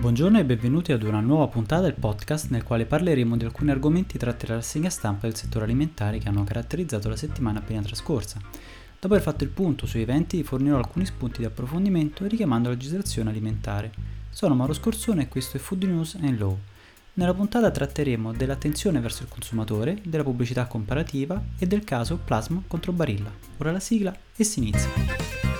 Buongiorno e benvenuti ad una nuova puntata del podcast nel quale parleremo di alcuni argomenti tratti dalla rassegna stampa del settore alimentare che hanno caratterizzato la settimana appena trascorsa. Dopo aver fatto il punto sui eventi, fornirò alcuni spunti di approfondimento richiamando la legislazione alimentare. Sono Mauro Scorsone e questo è Food News and Law. Nella puntata tratteremo dell'attenzione verso il consumatore, della pubblicità comparativa e del caso Plasmon contro Barilla. Ora la sigla e si inizia.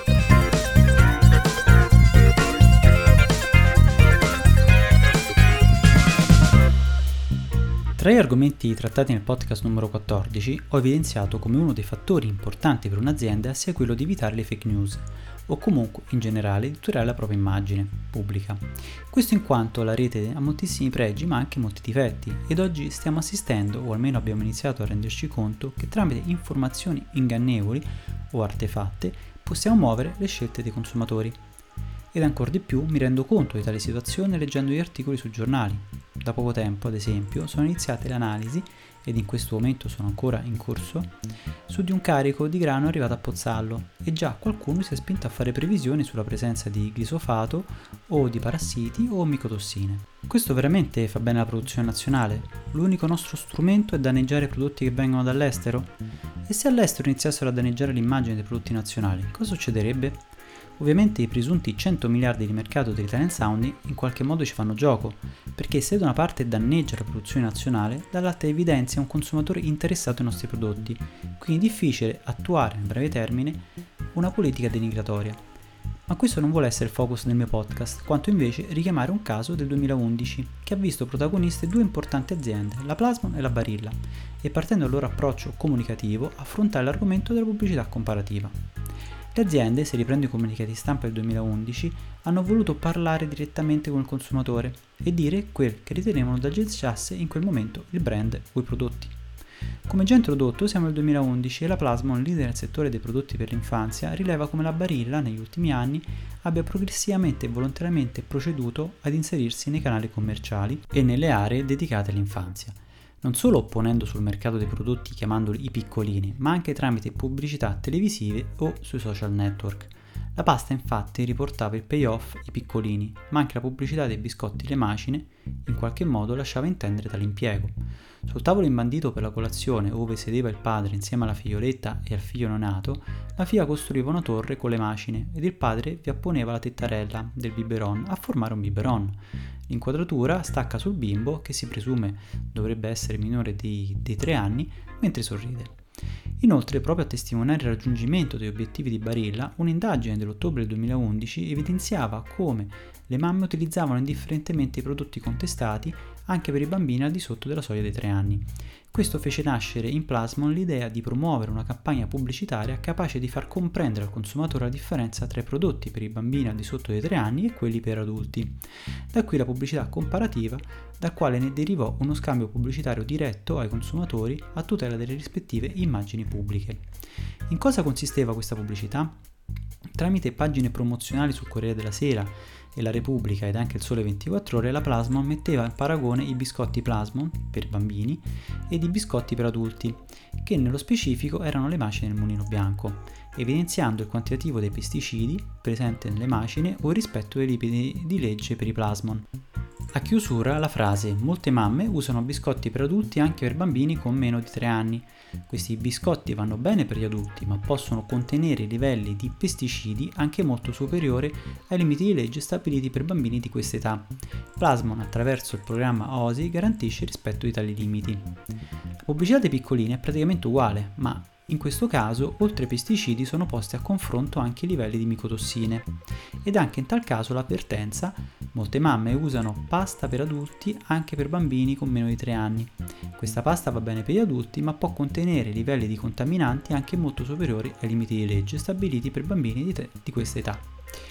Tra gli argomenti trattati nel podcast numero 14 ho evidenziato come uno dei fattori importanti per un'azienda sia quello di evitare le fake news o comunque in generale di tutelare la propria immagine pubblica. Questo in quanto la rete ha moltissimi pregi ma anche molti difetti ed oggi stiamo assistendo, o almeno abbiamo iniziato a renderci conto, che tramite informazioni ingannevoli o artefatte possiamo muovere le scelte dei consumatori. Ed ancora di più mi rendo conto di tale situazione leggendo gli articoli sui giornali. Da poco tempo, ad esempio, sono iniziate le analisi, ed in questo momento sono ancora in corso, su di un carico di grano arrivato a Pozzallo e già qualcuno si è spinto a fare previsioni sulla presenza di glisofato o di parassiti o micotossine. Questo veramente fa bene alla produzione nazionale? L'unico nostro strumento è danneggiare i prodotti che vengono dall'estero? E se all'estero iniziassero a danneggiare l'immagine dei prodotti nazionali, cosa succederebbe? Ovviamente i presunti 100 miliardi di mercato dell'Italian Sounding in qualche modo ci fanno gioco, perché se da una parte danneggia la produzione nazionale, dall'altra evidenzia un consumatore interessato ai nostri prodotti, quindi difficile attuare nel breve termine una politica denigratoria. Ma questo non vuole essere il focus del mio podcast, quanto invece richiamare un caso del 2011 che ha visto protagoniste due importanti aziende, la Plasmon e la Barilla, e partendo dal loro approccio comunicativo affrontare l'argomento della pubblicità comparativa. Le aziende, se riprendo i comunicati stampa del 2011, hanno voluto parlare direttamente con il consumatore e dire quel che ritenevano danneggiasse in quel momento il brand o i prodotti. Come già introdotto, siamo nel 2011 e la Plasmon, leader nel settore dei prodotti per l'infanzia, rileva come la Barilla, negli ultimi anni, abbia progressivamente e volontariamente proceduto ad inserirsi nei canali commerciali e nelle aree dedicate all'infanzia. Non solo opponendo sul mercato dei prodotti chiamandoli i piccolini, ma anche tramite pubblicità televisive o sui social network. La pasta infatti riportava il payoff i piccolini, ma anche la pubblicità dei biscotti Le Macine in qualche modo lasciava intendere tale impiego. Sul tavolo imbandito per la colazione, ove sedeva il padre insieme alla figlioletta e al figlio neonato, la figlia costruiva una torre con le macine ed il padre vi apponeva la tettarella del biberon a formare un biberon. L'inquadratura stacca sul bimbo, che si presume dovrebbe essere minore dei 3 anni, mentre sorride. Inoltre, proprio a testimoniare il raggiungimento degli obiettivi di Barilla, un'indagine dell'ottobre 2011 evidenziava come le mamme utilizzavano indifferentemente i prodotti contestati anche per i bambini al di sotto della soglia dei 3 anni. Questo fece nascere in Plasmon l'idea di promuovere una campagna pubblicitaria capace di far comprendere al consumatore la differenza tra i prodotti per i bambini al di sotto dei 3 anni e quelli per adulti. Da qui la pubblicità comparativa, dal quale ne derivò uno scambio pubblicitario diretto ai consumatori a tutela delle rispettive immagini pubbliche. In cosa consisteva questa pubblicità? Tramite pagine promozionali sul Corriere della Sera e la Repubblica ed anche il Sole 24 Ore, la Plasmon metteva in paragone i biscotti Plasmon per bambini ed i biscotti per adulti, che nello specifico erano le macine del mulino bianco, evidenziando il quantitativo dei pesticidi presente nelle macine o il rispetto dei limiti di legge per i Plasmon. A chiusura la frase: molte mamme usano biscotti per adulti anche per bambini con meno di 3 anni. Questi biscotti vanno bene per gli adulti, ma possono contenere livelli di pesticidi anche molto superiori ai limiti di legge stabiliti per bambini di questa età. Plasmon, attraverso il programma OSI, garantisce il rispetto di tali limiti. La pubblicità dei piccolini è praticamente uguale, ma in questo caso, oltre ai pesticidi, sono posti a confronto anche i livelli di micotossine. Ed anche in tal caso l'avvertenza: molte mamme usano pasta per adulti anche per bambini con meno di 3 anni. Questa pasta va bene per gli adulti, ma può contenere livelli di contaminanti anche molto superiori ai limiti di legge stabiliti per bambini di questa età.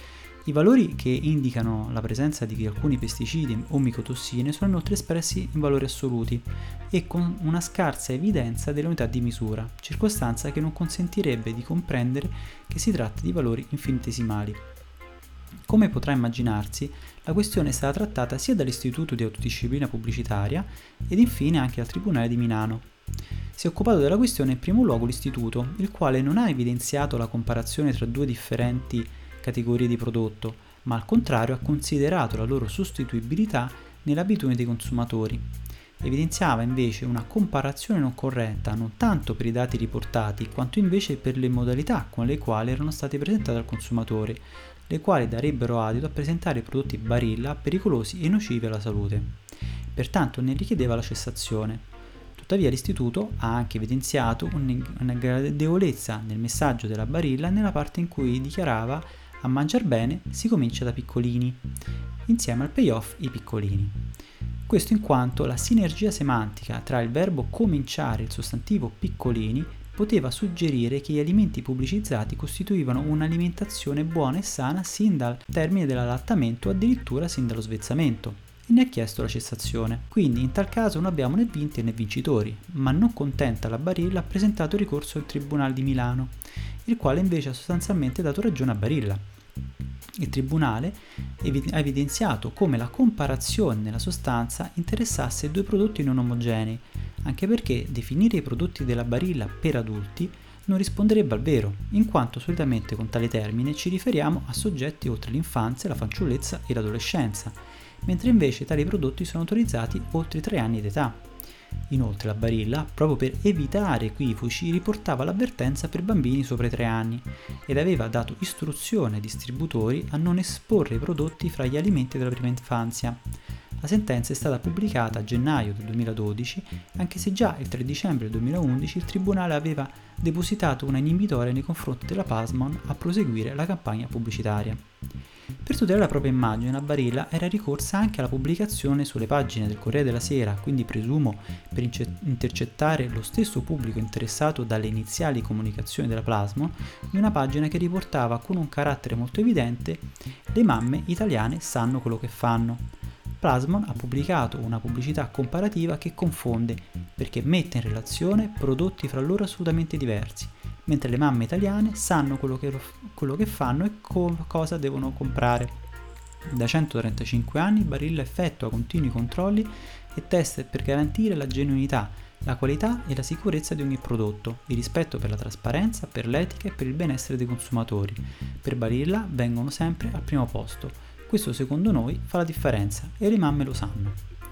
I valori che indicano la presenza di alcuni pesticidi o micotossine sono inoltre espressi in valori assoluti e con una scarsa evidenza delle unità di misura, circostanza che non consentirebbe di comprendere che si tratta di valori infinitesimali. Come potrà immaginarsi, la questione è stata trattata sia dall'Istituto di Autodisciplina Pubblicitaria ed infine anche dal Tribunale di Milano. Si è occupato della questione in primo luogo l'Istituto, il quale non ha evidenziato la comparazione tra due differenti categorie di prodotto, ma al contrario ha considerato la loro sostituibilità nell'abitudine dei consumatori. Evidenziava invece una comparazione non corretta non tanto per i dati riportati, quanto invece per le modalità con le quali erano stati presentati al consumatore, le quali darebbero adito a presentare prodotti Barilla pericolosi e nocivi alla salute. Pertanto ne richiedeva la cessazione. Tuttavia l'istituto ha anche evidenziato una gradevolezza nel messaggio della Barilla nella parte in cui dichiarava: a mangiar bene si comincia da piccolini, insieme al payoff i piccolini. Questo in quanto la sinergia semantica tra il verbo cominciare e il sostantivo piccolini poteva suggerire che gli alimenti pubblicizzati costituivano un'alimentazione buona e sana sin dal termine dell'allattamento o addirittura sin dallo svezzamento, e ne ha chiesto la cessazione. Quindi in tal caso non abbiamo né vinti né vincitori, ma non contenta la Barilla ha presentato ricorso al Tribunale di Milano, il quale invece ha sostanzialmente dato ragione a Barilla. Il Tribunale ha evidenziato come la comparazione nella sostanza interessasse due prodotti non omogenei, anche perché definire i prodotti della Barilla per adulti non risponderebbe al vero, in quanto solitamente con tale termine ci riferiamo a soggetti oltre l'infanzia, la fanciullezza e l'adolescenza, mentre invece tali prodotti sono autorizzati oltre i 3 anni d'età. Inoltre la Barilla, proprio per evitare equivoci, riportava l'avvertenza per bambini sopra i 3 anni ed aveva dato istruzione ai distributori a non esporre i prodotti fra gli alimenti della prima infanzia. La sentenza è stata pubblicata a gennaio del 2012, anche se già il 3 dicembre del 2011 il Tribunale aveva depositato una inibitoria nei confronti della Plasmon a proseguire la campagna pubblicitaria. Per tutelare la propria immagine, la Barilla era ricorsa anche alla pubblicazione sulle pagine del Corriere della Sera, quindi presumo per intercettare lo stesso pubblico interessato dalle iniziali comunicazioni della Plasmon, di una pagina che riportava con un carattere molto evidente: le mamme italiane sanno quello che fanno. Plasmon ha pubblicato una pubblicità comparativa che confonde, perché mette in relazione prodotti fra loro assolutamente diversi, mentre le mamme italiane sanno quello che fanno e cosa devono comprare. Da 135 anni Barilla effettua continui controlli e test per garantire la genuinità, la qualità e la sicurezza di ogni prodotto, il rispetto per la trasparenza, per l'etica e per il benessere dei consumatori. Per Barilla vengono sempre al primo posto. Questo secondo noi fa la differenza e le mamme lo sanno.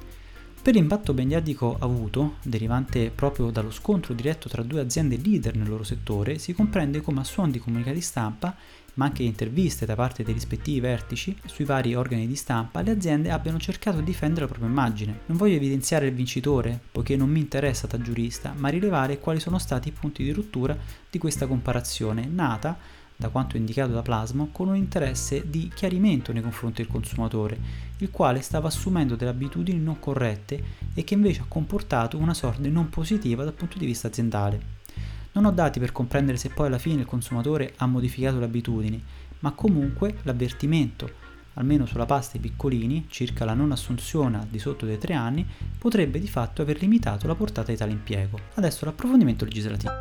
Per l'impatto mediatico avuto, derivante proprio dallo scontro diretto tra due aziende leader nel loro settore, si comprende come a suon di comunicati stampa, ma anche interviste da parte dei rispettivi vertici sui vari organi di stampa, le aziende abbiano cercato di difendere la propria immagine. Non voglio evidenziare il vincitore, poiché non mi interessa da giurista, ma rilevare quali sono stati i punti di rottura di questa comparazione, nata, da quanto indicato da Plasmon, con un interesse di chiarimento nei confronti del consumatore, il quale stava assumendo delle abitudini non corrette e che invece ha comportato una sorte non positiva dal punto di vista aziendale. Non ho dati per comprendere se poi alla fine il consumatore ha modificato le abitudini, ma comunque l'avvertimento, almeno sulla pasta ai piccolini, circa la non assunzione al di sotto dei 3 anni, potrebbe di fatto aver limitato la portata di tale impiego. Adesso l'approfondimento legislativo.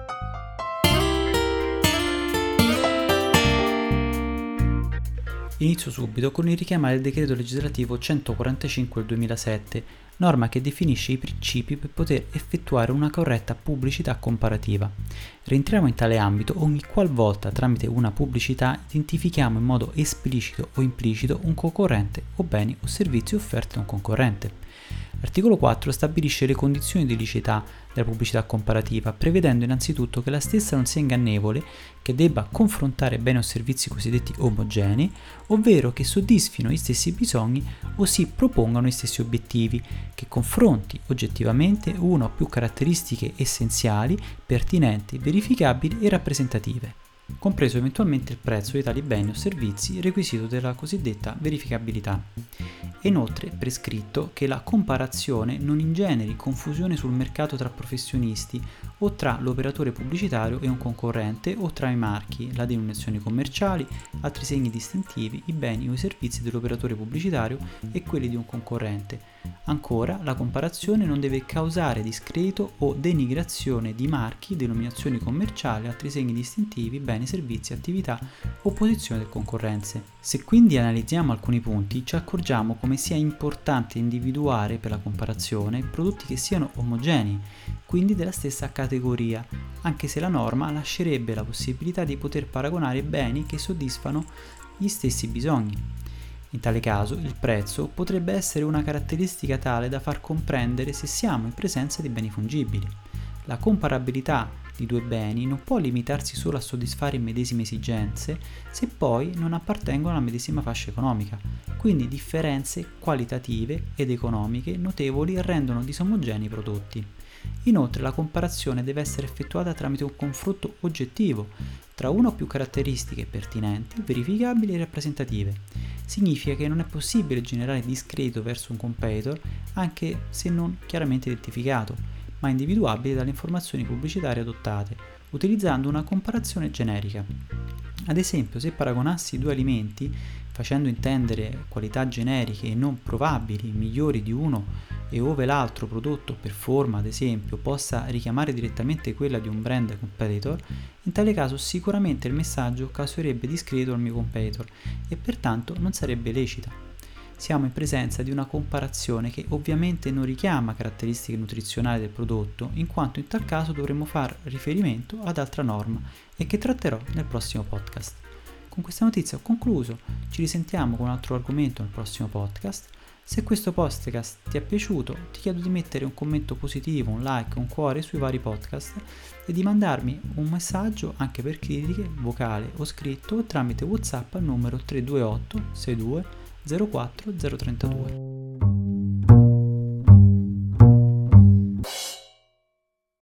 Inizio subito con il richiamare il decreto legislativo 145 del 2007, norma che definisce i principi per poter effettuare una corretta pubblicità comparativa. Rientriamo in tale ambito ogni qualvolta tramite una pubblicità identifichiamo in modo esplicito o implicito un concorrente o beni o servizi offerti da un concorrente. L'articolo 4 stabilisce le condizioni di liceità della pubblicità comparativa, prevedendo innanzitutto che la stessa non sia ingannevole, che debba confrontare beni o servizi cosiddetti omogenei, ovvero che soddisfino gli stessi bisogni o si propongano gli stessi obiettivi, che confronti oggettivamente una o più caratteristiche essenziali, pertinenti, verificabili e rappresentative, compreso eventualmente il prezzo di tali beni o servizi, requisito della cosiddetta verificabilità. È inoltre prescritto che la comparazione non ingeneri confusione sul mercato tra professionisti o tra l'operatore pubblicitario e un concorrente o tra i marchi, le denominazioni commerciali, altri segni distintivi, i beni o i servizi dell'operatore pubblicitario e quelli di un concorrente. Ancora, la comparazione non deve causare discredito o denigrazione di marchi, denominazioni commerciali, altri segni distintivi, beni, servizi, attività o posizione del concorrente. Se quindi analizziamo alcuni punti, ci accorgiamo come sia importante individuare per la comparazione prodotti che siano omogenei, quindi della stessa categoria, anche se la norma lascerebbe la possibilità di poter paragonare beni che soddisfano gli stessi bisogni. In tale caso, il prezzo potrebbe essere una caratteristica tale da far comprendere se siamo in presenza di beni fungibili. La comparabilità di due beni non può limitarsi solo a soddisfare medesime esigenze se poi non appartengono alla medesima fascia economica, quindi differenze qualitative ed economiche notevoli rendono disomogenei i prodotti. Inoltre la comparazione deve essere effettuata tramite un confronto oggettivo tra una o più caratteristiche pertinenti, verificabili e rappresentative. Significa che non è possibile generare discredito verso un competitor anche se non chiaramente identificato, ma individuabile dalle informazioni pubblicitarie adottate, utilizzando una comparazione generica. Ad esempio, se paragonassi due alimenti, facendo intendere qualità generiche e non probabili migliori di uno e ove l'altro prodotto per forma, ad esempio, possa richiamare direttamente quella di un brand competitor, in tale caso sicuramente il messaggio causerebbe discredito al mio competitor e pertanto non sarebbe lecita. Siamo in presenza di una comparazione che ovviamente non richiama caratteristiche nutrizionali del prodotto, in quanto in tal caso dovremmo far riferimento ad altra norma e che tratterò nel prossimo podcast. Con questa notizia ho concluso, ci risentiamo con un altro argomento nel prossimo podcast. Se questo podcast ti è piaciuto, ti chiedo di mettere un commento positivo, un like, un cuore sui vari podcast e di mandarmi un messaggio anche per critiche, vocale o scritto tramite WhatsApp al numero 328 62 04 032.